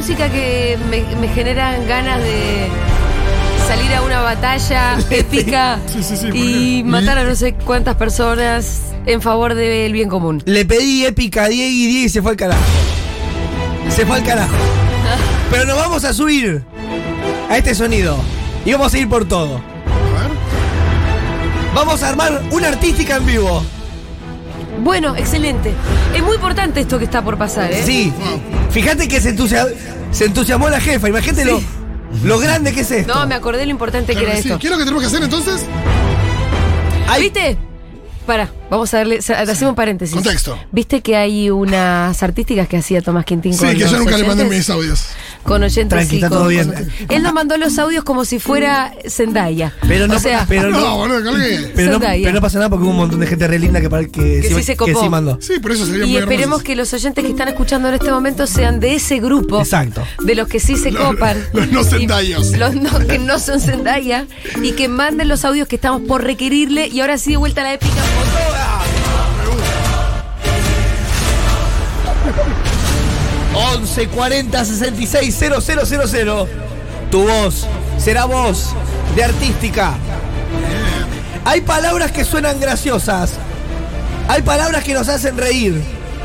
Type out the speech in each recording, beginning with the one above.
música que me genera ganas de salir a una batalla épica y matar a no sé cuántas personas en favor del bien común. Le pedí épica a Diego y Diego se fue al carajo. Se fue al carajo. Pero nos vamos a subir a este sonido y vamos a ir por todo. Vamos a armar una artística en vivo. Bueno, excelente. Es muy importante esto que está por pasar, ¿eh? Sí. Fíjate que se entusiasmó la jefa. Imagínate lo grande que es esto. No, me acordé lo importante que era esto. ¿Qué es lo que tenemos que hacer entonces? ¿Viste? Vamos a darle, hacemos un paréntesis. Contexto. ¿Viste que hay unas artísticas que hacía Tomás Quintín con Sí, que yo los nunca le mandé oyentes? mis audios. Con oyentes Tranqui, y está con todo bien. cosas. Él nos mandó los audios como si fuera Zendaya. Pero no, o sea, No, boludo, colgué. pero Zendaya. no pasa nada porque hubo un montón de gente re linda que sí se copó. sí mandó. Sí, por eso sería y muy esperemos hermoso. que los oyentes que están escuchando en este momento sean de ese grupo. Exacto. De los que sí se copan. Los no Y Zendayos. Los que no son Zendaya. Y que manden los audios que estamos por requerirle. Y ahora sí, de vuelta a la épica. 11 40 66 000. Tu voz será voz de artística. Hay palabras que suenan graciosas. Hay palabras que nos hacen reír.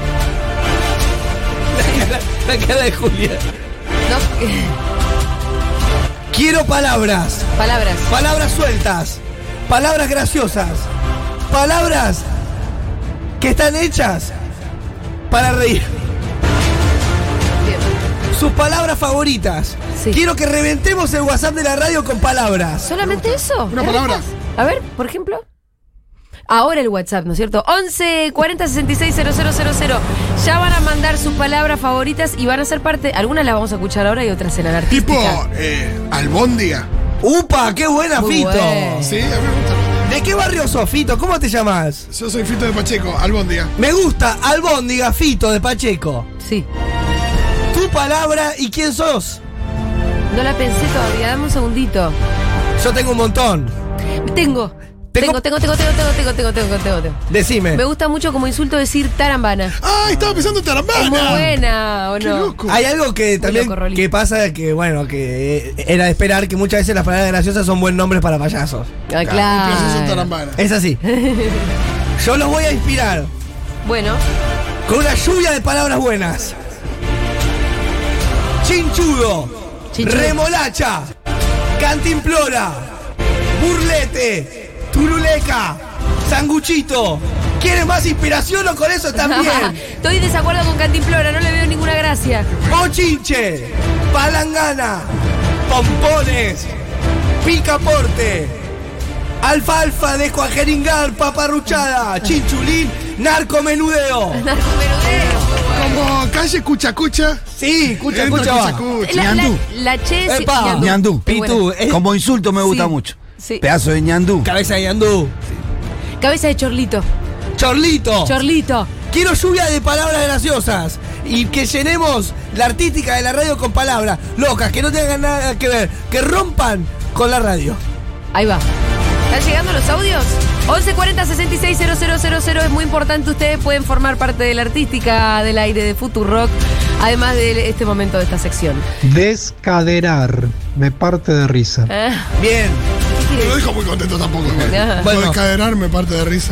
La cara de Julia. No, Quiero palabras. palabras. Palabras sueltas. Palabras graciosas. Palabras que están hechas para reír. Bien. Sus palabras favoritas. Sí. Quiero que reventemos el WhatsApp de la radio con palabras. ¿Solamente eso? Una ¿De palabra. verdad? A ver, por ejemplo. Ahora el WhatsApp, ¿no es cierto? 11 40 66 000. Ya van a mandar sus palabras favoritas y van a ser parte. Algunas las vamos a escuchar ahora y otras en la Tipo, artística. albóndiga. ¡Upa! ¡Qué buena, Muy Fito! bueno. Sí, a mí me gusta. ¿De qué barrio sos, Fito? ¿Cómo te llamas? Yo soy Fito de Pacheco, albóndiga. Me gusta Albóndiga, Fito de Pacheco. Sí. Tu palabra y quién sos. No la pensé todavía, dame un segundito. Yo tengo un montón. Tengo. Decime. Me gusta mucho como insulto decir tarambana. ¡Ah! Estaba pensando en Tarambana. Es muy buena, ¿o ¡Qué no? loco! Hay algo que también loco, Rolly. que pasa que, bueno, que era de esperar que muchas veces las palabras graciosas son buen nombres para payasos. Ah, Pero sí son claro. Tarambana. Es así. Yo los voy a inspirar Bueno, con una lluvia de palabras buenas. Chinchudo, Chinchudo. remolacha, cantimplora, burlete, turuleca, sanguchito. ¿Quieres más inspiración o con eso también? estoy en desacuerdo con Cantimplora, no le veo ninguna gracia. Bochinche, palangana, pompones, picaporte, alfalfa de cuajeringar, paparruchada, chinchulín, narcomenudeo. Como calle Cuchacucha. Sí, escucha, Entra escucha. va. Cuchacucha. Ñandú. La Che sí, Epa. Ñandú. Es buena. Pitu, Como insulto me gusta Sí. mucho. Sí. Pedazo de ñandú. cabeza de ñandú. Cabeza de chorlito. Chorlito. Chorlito. Quiero lluvia de palabras graciosas y que llenemos la artística de la radio con palabras locas, que no tengan nada que ver, que rompan con la radio. Ahí va. ¿Están llegando los audios? 11 40 66 000. Es muy importante. Ustedes pueden formar parte de la artística del aire de Futurock, además de este momento de esta sección. Descaderar. Me parte de risa. Ah, Bien. No lo dejo muy contento tampoco. Ah. Bueno. Puedes caderarme parte de risa.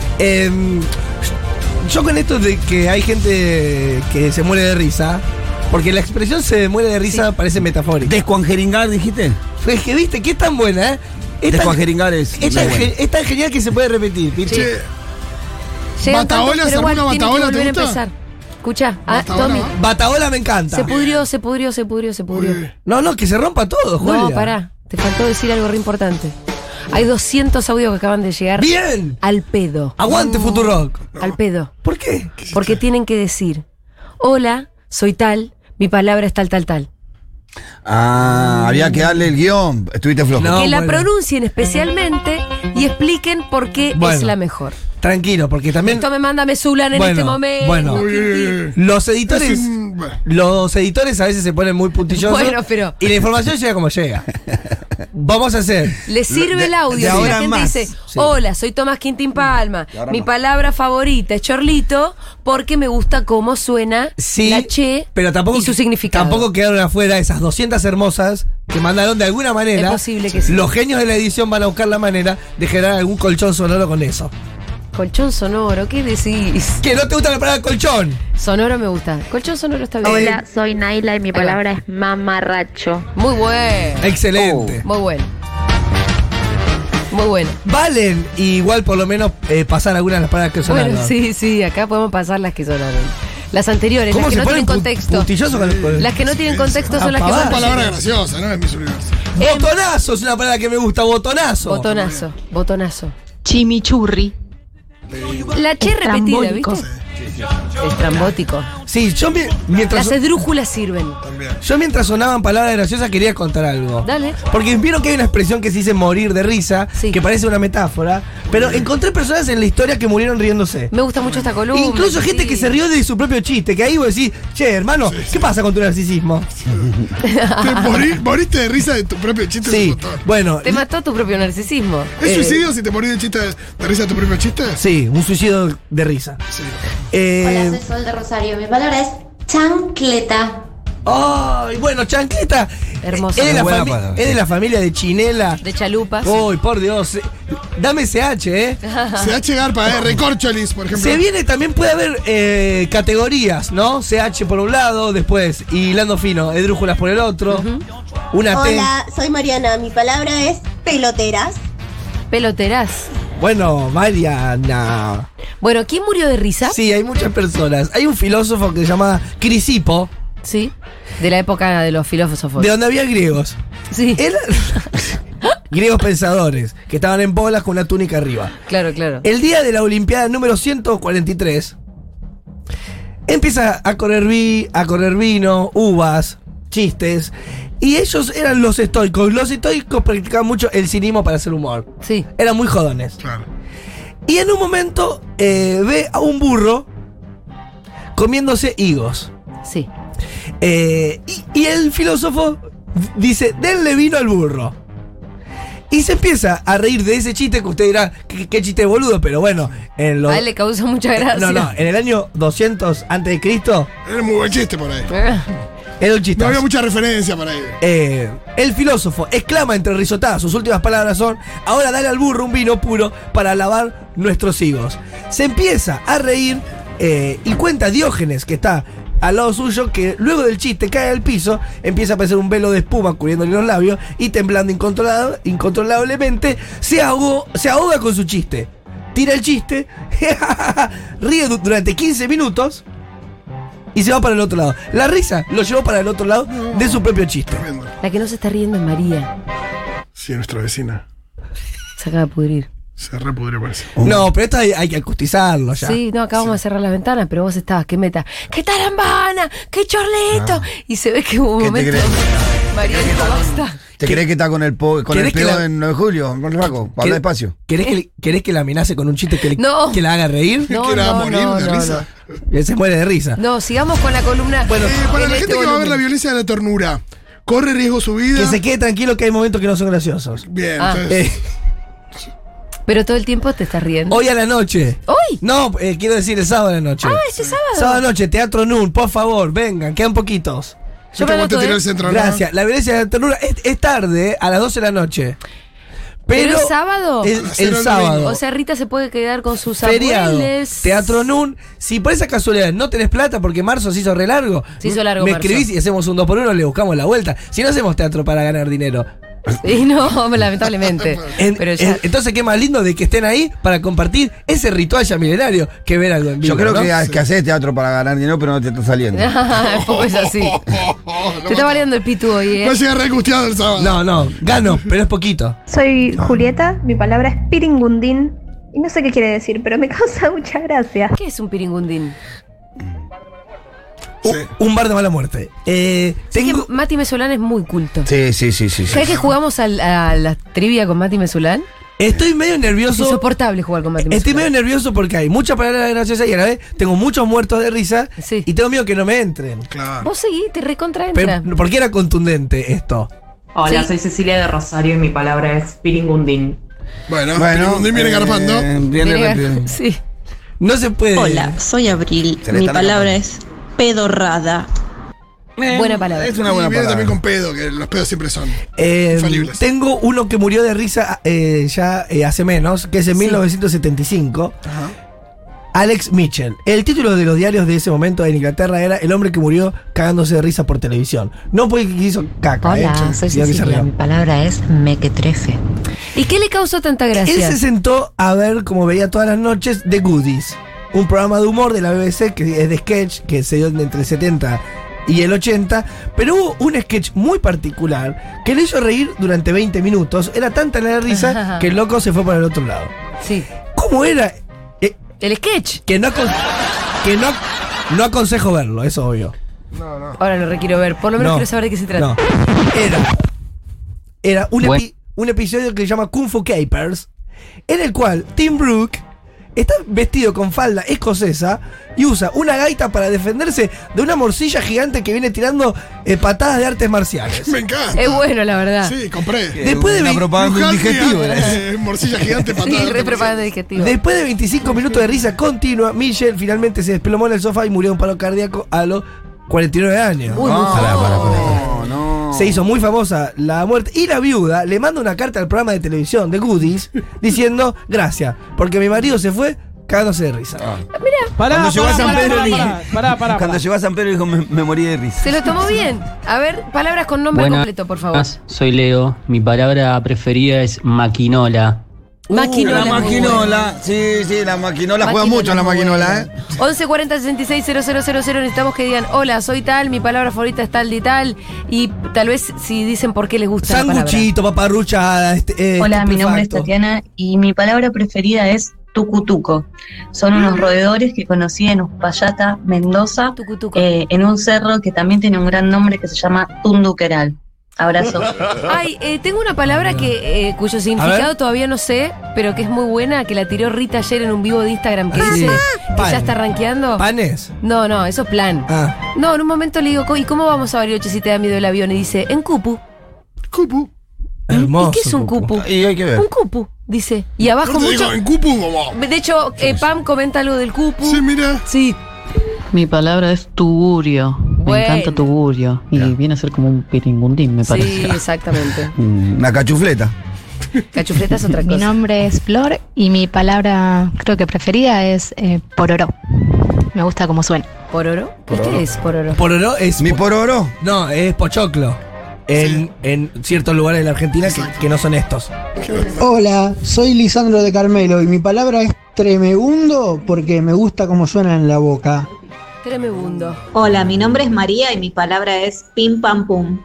Yo con esto de que hay gente que se muere de risa, porque la expresión se muere de risa parece metafórica. Descuangeringar, dijiste. Es que viste que es tan buena, ¿eh? Es tan, Descuangeringar es. es tan muy bueno. es tan genial que se puede repetir. Pitu. Che, Llegan ¿Bataola? tantos, pero igual ¿Alguna tiene que bataola te volver a gusta? empezar. Escucha, Bataola, Tommy. ¿va? Bataola me encanta. Se pudrió. No, que se rompa todo, Julia. No, pará. Te faltó decir algo re importante. Hay 200 audios que acaban de llegar Bien. al pedo. Aguante Futurock. Al pedo. ¿Por qué? Porque tienen que decir: hola, soy tal, mi palabra es tal. Ah, había que darle el guión. Estuviste flojo. No. Que la bueno. pronuncien especialmente y expliquen por qué Bueno. es la mejor. Tranquilo, porque también Esto me manda Mesulan en Bueno, este momento. bueno. los editores Es un- bueno. los editores a veces se ponen muy puntillosos. Bueno, pero- y la información llega como llega. Vamos a hacer. Le sirve el audio. de Si la ahora gente más. dice, Sí. hola, soy Tomás Quintín Palma. De ahora Mi más. palabra favorita es chorlito porque me gusta cómo suena Sí, la che pero tampoco, y su significado. Tampoco quedaron afuera esas 200 hermosas que mandaron de alguna manera. Es posible que sí. Los genios de la edición van a buscar la manera de generar algún colchón sonoro con eso. Colchón sonoro, ¿qué decís? ¿Que no te gusta la palabra colchón? Sonoro me gusta. Colchón sonoro está bien. Hola, soy Naila y mi va. palabra es mamarracho. Muy bueno. Excelente. Muy bueno. Muy bueno. Valen igual por lo menos pasar algunas de las palabras que sonaron. Bueno, sí, acá podemos pasar las que sonaron. Las anteriores, las que no tienen contexto. puntilloso con Las que no tienen contexto son las que Ah, Son van. palabras graciosas, ¿no? En mis universos. Botonazo es una palabra que me gusta, botonazo. Botonazo, botonazo. Chimichurri. La che repetida, Estrambólico. ¿viste? Estrambótico. Sí, mientras, Las esdrújulas sirven. yo mientras sonaban palabras graciosas quería contar algo. Dale. Porque vieron que hay una expresión que se dice morir de risa, Sí. que parece una metáfora, pero encontré personas en la historia que murieron riéndose. Me gusta mucho esta columna. Incluso gente sí. que se rió de su propio chiste, que ahí vos decís, che, hermano, ¿qué pasa con tu narcisismo? Moriste de risa de tu propio chiste. Sí, es un montón. bueno, Te mató tu propio narcisismo. ¿Es suicidio si te morís de risa de tu propio chiste? sí, un suicidio de risa. Sí. Hola, soy Sol de Rosario. Mi palabra es chancleta. Ay, bueno, chancleta. Hermosa. Es de, la Buena fami- palabra, es de sí. la familia de Chinela. De chalupas. Uy, por Dios. Dame CH, CH Garpa, Recorcholis, por ejemplo. Se viene, también puede haber categorías, ¿no? CH por un lado, después hilando fino, esdrújulas por el otro. Una T. Hola, soy Mariana. Mi palabra es peloteras. Peloteras. Bueno, Mariana. Bueno, ¿quién murió de risa? Sí, hay muchas personas. Hay un filósofo que se llama Crisipo, Sí. De la época de los filósofos. de donde había griegos. Sí. Era- griegos pensadores, que estaban en bolas con una túnica arriba. Claro, claro. El día de la Olimpiada número 143, empieza a correr vino, uvas, chistes, y ellos eran los estoicos. Los estoicos practicaban mucho el cinismo para hacer humor. Sí. Eran muy jodones. Claro. Y en un momento ve a un burro comiéndose higos. Sí. Y el filósofo dice, denle vino al burro. Y se empieza a reír de ese chiste que usted dirá, qué chiste boludo, pero bueno, en los... A él le causa mucha gracia. No, en el año 200 antes de Cristo Era muy buen chiste por ahí. era un chiste. No había mucha referencia por ahí. El filósofo exclama entre risotadas, sus últimas palabras son, ahora dale al burro un vino puro para lavar nuestros higos. Se empieza a reír y cuenta Diógenes, que está al lado suyo, que luego del chiste cae al piso, empieza a aparecer un velo de espuma cubriéndole los labios y temblando incontrolablemente, se ahoga con su chiste. Tira el chiste, ríe durante 15 minutos y se va para el otro lado. La risa lo llevó para el otro lado de su propio chiste. Tremendo. La que no se está riendo es María. Sí, nuestra vecina. Se acaba de pudrir. Se repudrió, parece. No, pero esto hay que acustizarlo ya. Sí, no, acá vamos a cerrar las ventanas, pero vos estabas, qué meta, qué tarambana, qué chorlito. Y se ve que hubo un ¿Qué te momento. crees? María dijo, basta. ¿Te crees que está con el ¿Querés que pedo la- en 9 de julio? Paco, habla despacio. ¿Querés que la amenace con un chiste No. que la haga reír? No, que era no, morir no, de no, risa. Él se muere de risa. No, sigamos con la columna. Bueno, Para en la este gente que va a ver volumen. la violencia de la ternura, corre riesgo su vida. Que se quede tranquilo que hay momentos que no son graciosos. Bien, Ah. entonces. Pero todo el tiempo te estás riendo. Hoy a la noche. ¿Hoy? No, quiero decir el sábado a la noche. Ah, este sábado. Sábado a la noche, Teatro NUN, por favor, vengan, quedan poquitos. Yo ¿Viste me cómo te anoto, tiró ¿eh? el centro? ¿no? Gracias. La violencia de la ternura es tarde, a las 12 de la noche. ¿Pero es sábado? El, A las 0 el del sábado. domingo. O sea, Rita se puede quedar con sus Feriado. abuelos. Teatro NUN. Si por esa casualidad no tenés plata porque marzo se hizo re largo, Se hizo largo me marzo. escribís y hacemos un 2x1, le buscamos la vuelta. Si no hacemos teatro para ganar dinero. Y no, lamentablemente. Pero ya. Entonces, qué más lindo de que estén ahí para compartir ese ritual ya milenario que ver algo en vivo. Yo creo ¿no? que haces teatro para ganar dinero, pero no te está saliendo. Un poco es así. Te está valiendo el pitu hoy, Va a ¿eh? llegar reangustiado el sábado. No, gano, pero es poquito. Soy Julieta, mi palabra es piringundín y no sé qué quiere decir, pero me causa mucha gracia. ¿Qué es un piringundín? Un bar de mala muerte. Sé Tengo. que Mati Mesolán es muy culto. Sí. ¿Sabes que jugamos a la trivia con Mati Mesolán? Estoy medio Es nervioso. insoportable jugar con Mati Estoy medio Mesolán. nervioso porque hay muchas palabras graciosas y a la vez tengo muchos muertos de risa Sí. y tengo miedo que no me entren. Claro. Vos seguí, te recontraentra. Pero, porque era contundente esto. Hola, Sí. soy Cecilia de Rosario y mi palabra es piringundín. Bueno, Piringundín viene garpando. Viene rápido. Sí. No se puede. Hola, soy Abril. Se le Mi está palabra es pedorrada. Buena palabra. Es una Y buena viene palabra. también con pedo, que los pedos siempre son infalibles. Tengo uno que murió de risa hace menos, que es en 1975. Alex Mitchell. El título de los diarios de ese momento en Inglaterra era El hombre que murió cagándose de risa por televisión. No porque hizo caca. Soy sino que se Cecilia. rió. Mi palabra es mequetrefe. ¿Y qué le causó tanta Él gracia? se sentó a ver, como veía todas las noches, The Goodies, un programa de humor de la BBC que es de sketch, que se dio entre el 70 y el 80, pero hubo un sketch muy particular que le hizo reír durante 20 minutos. Era tanta la risa que el loco se fue para el otro lado. Sí. ¿Cómo era? El sketch. Que no aconsejo verlo, eso es obvio. Ahora lo requiero ver. Por lo menos No. quiero saber de qué se trata. No. Era un episodio que se llama Kung Fu Capers, en el cual Tim Brooke está vestido con falda escocesa y usa una gaita para defenderse de una morcilla gigante que viene tirando patadas de artes marciales. Me encanta. Es bueno, la verdad. Sí, compré. Después de una 20 propaganda indigestiva era eso. Morcilla gigante, Sí, patada. re propaganda digestivo. Después de 25 minutos de risa continua, Michelle finalmente se desplomó en el sofá y murió de un paro cardíaco a los 49 años. Uy, muy No. Se hizo muy famosa la muerte y la viuda le manda una carta al programa de televisión de Goodies diciendo gracias, porque mi marido se fue cagándose de risa. Cuando llegó a San Pedro dijo. Cuando llegó a San Pedro dijo me morí de risa. Se lo tomó bien. A ver, palabras con nombre Buenas. completo, por favor. Soy Leo. Mi palabra preferida es maquinola. Maquinola. La es muy maquinola. Sí, la maquinola juega Maquinola mucho la es muy maquinola, buena. 1140 66 000. Necesitamos que digan, hola, soy tal, mi palabra favorita es tal y tal. Y tal vez si dicen por qué les gusta la palabra. Sanguchito, paparruchada, Hola, mi nombre es estupefacto. Tatiana y mi palabra preferida es tucutuco. Son unos roedores que conocí en Uspallata, Mendoza, Tucutuco. en un cerro que también tiene un gran nombre que se llama Tunduqueral. Abrazo. Ay, tengo una palabra cuyo significado todavía no sé, pero que es muy buena, que la tiró Rita ayer en un vivo de Instagram que dice que Pan. ya está rankeando. ¿Panes? No, eso es plan. Ah. No, en un momento le digo, ¿y cómo vamos a Bariloche si te da miedo el avión? Y dice, en cupu. Cupu. Hermoso. ¿Y qué es un cupu? Y hay que ver. Un cupu, dice. Y abajo No te mucho. digo, en cupu como. De hecho, Pam comenta algo del cupu. Sí, mira. Sí. Mi palabra es tugurio. Bueno. Me encanta tugurio. Y viene a ser como un piringundín, me parece. Sí, exactamente. Una cachufleta. Cachufleta es otra Mi cosa. nombre es Flor y mi palabra creo que preferida es pororó. Me gusta cómo suena. ¿Pororo? ¿Qué es pororo? Pororó es. Mi pororo. No, es pochoclo. En ciertos lugares de la Argentina que no son estos. Hola, soy Lisandro de Carmelo y mi palabra es tremebundo porque me gusta cómo suena en la boca. Tremebundo. Hola, mi nombre es María y mi palabra es pim pam pum.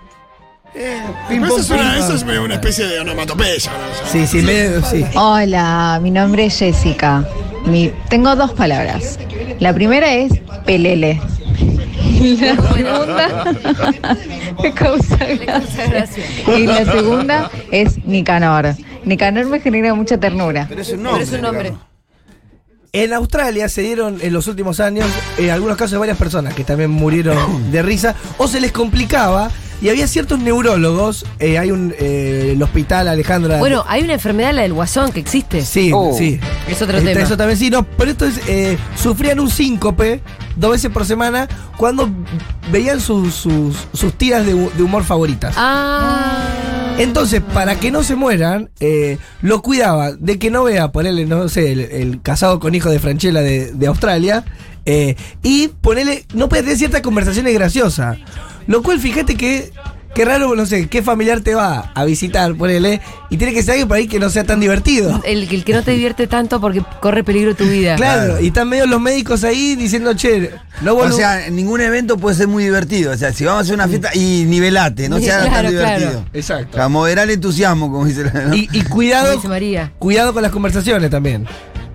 Eso es medio una especie de onomatopeya. ¿no? Sí, medio, sí. Hola, mi nombre es Jessica. Tengo dos palabras. La primera es pelele. Y la segunda me causa gracia. Y la segunda es Nicanor. Nicanor me genera mucha ternura. Pero es un Pero es un nombre. En Australia se dieron en los últimos años algunos casos de varias personas que también murieron de risa o se les complicaba y había ciertos neurólogos, hay el hospital Alejandra. Bueno, hay una enfermedad, la del guasón, que existe. Sí, sí. Es otro tema. Eso también sí, no, pero esto es, sufrían un síncope 2 veces por semana cuando veían sus tiras de humor favoritas. Entonces, para que no se mueran, lo cuidaba de que no vea, ponerle, no sé, el casado con hijo de Franchella de Australia, y ponerle, no puede tener ciertas conversaciones graciosas. Lo cual, fíjate que raro, no sé, qué familiar te va a visitar, ponele, y tiene que ser alguien por ahí que no sea tan divertido. El que no te divierte tanto porque corre peligro tu vida. Claro, y están medio los médicos ahí diciendo, che, no vuelvo. O sea, ningún evento puede ser muy divertido. O sea, si vamos a hacer una fiesta y nivelate, no sea Claro, tan divertido. claro. Exacto. O sea, moderar el entusiasmo, como dice la. ¿no? Y cuidado, Como dice María. cuidado con las conversaciones también.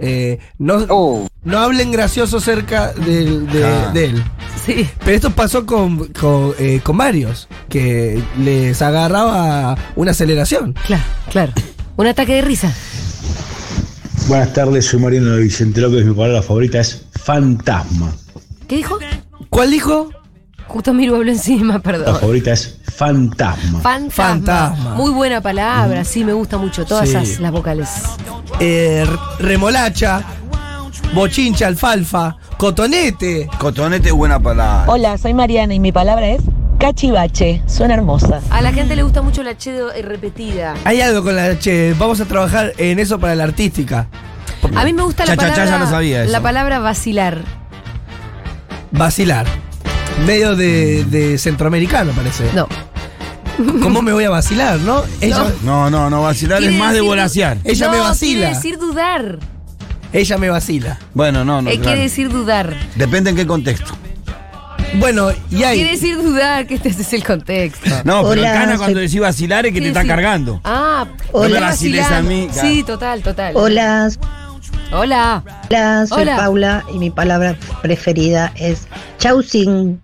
No hablen gracioso cerca de él. Sí. Pero esto pasó con varios, que les agarraba una aceleración. Claro. Un ataque de risa. Buenas tardes, soy Mariano de Vicente López, mi palabra favorita es fantasma. ¿Qué dijo? ¿Cuál dijo? Justo Miru habló encima, La perdón. favorita es fantasma. Fantasma. Muy buena palabra, sí, me gusta mucho. Todas las vocales. Remolacha, bochincha, alfalfa, cotonete. Cotonete es buena palabra. Hola, soy Mariana y mi palabra es cachivache. Suena hermosa. A la gente le gusta mucho la che repetida. Hay algo con la che. Vamos a trabajar en eso para la artística. A mí me gusta la palabra. Ya no sabía eso. La palabra vacilar. Vacilar. Medio de centroamericano, parece. No. ¿Cómo me voy a vacilar, no? No, vacilar es más de volasear. Ella me vacila. Quiere decir dudar. Ella me vacila. Bueno, no. Quiere decir dudar. Depende en qué contexto. Bueno, y hay. Quiere decir dudar, que este es el contexto. No, pero el cana cuando decís vacilar es que te está cargando. Ah, no me vaciles a mí. Sí, total. Hola. Hola, soy Paula y mi palabra preferida es chaucín.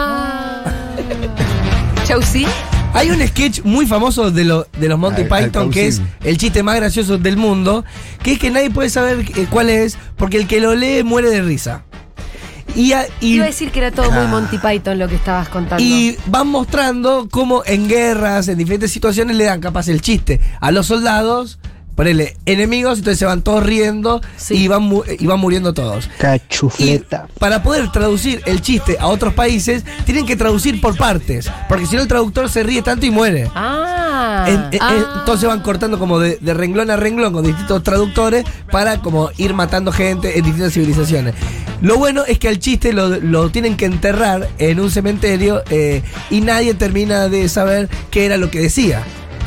¿Chaucín? Hay un sketch muy famoso de los Monty Python que es el chiste más gracioso del mundo, que es que nadie puede saber cuál es, porque el que lo lee muere de risa. Iba a decir que era todo muy Monty Python lo que estabas contando. Y van mostrando cómo en guerras, en diferentes situaciones, le dan capaz el chiste a los soldados, ponele enemigos, entonces se van todos riendo y van muriendo todos. Cachufleta. Y para poder traducir el chiste a otros países, tienen que traducir por partes, porque si no el traductor se ríe tanto y muere. Entonces van cortando como de renglón a renglón con distintos traductores para como ir matando gente en distintas civilizaciones. Lo bueno es que al chiste lo tienen que enterrar en un cementerio y nadie termina de saber qué era lo que decía.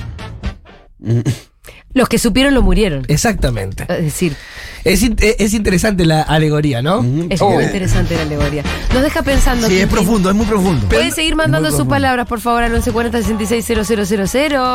Los que supieron lo murieron. Exactamente. Es decir, es interesante la alegoría, ¿no? Es muy interesante la alegoría. Nos deja pensando. Sí, es profundo, es muy profundo. Pueden seguir mandando sus palabras, por favor, al 1140 66 000.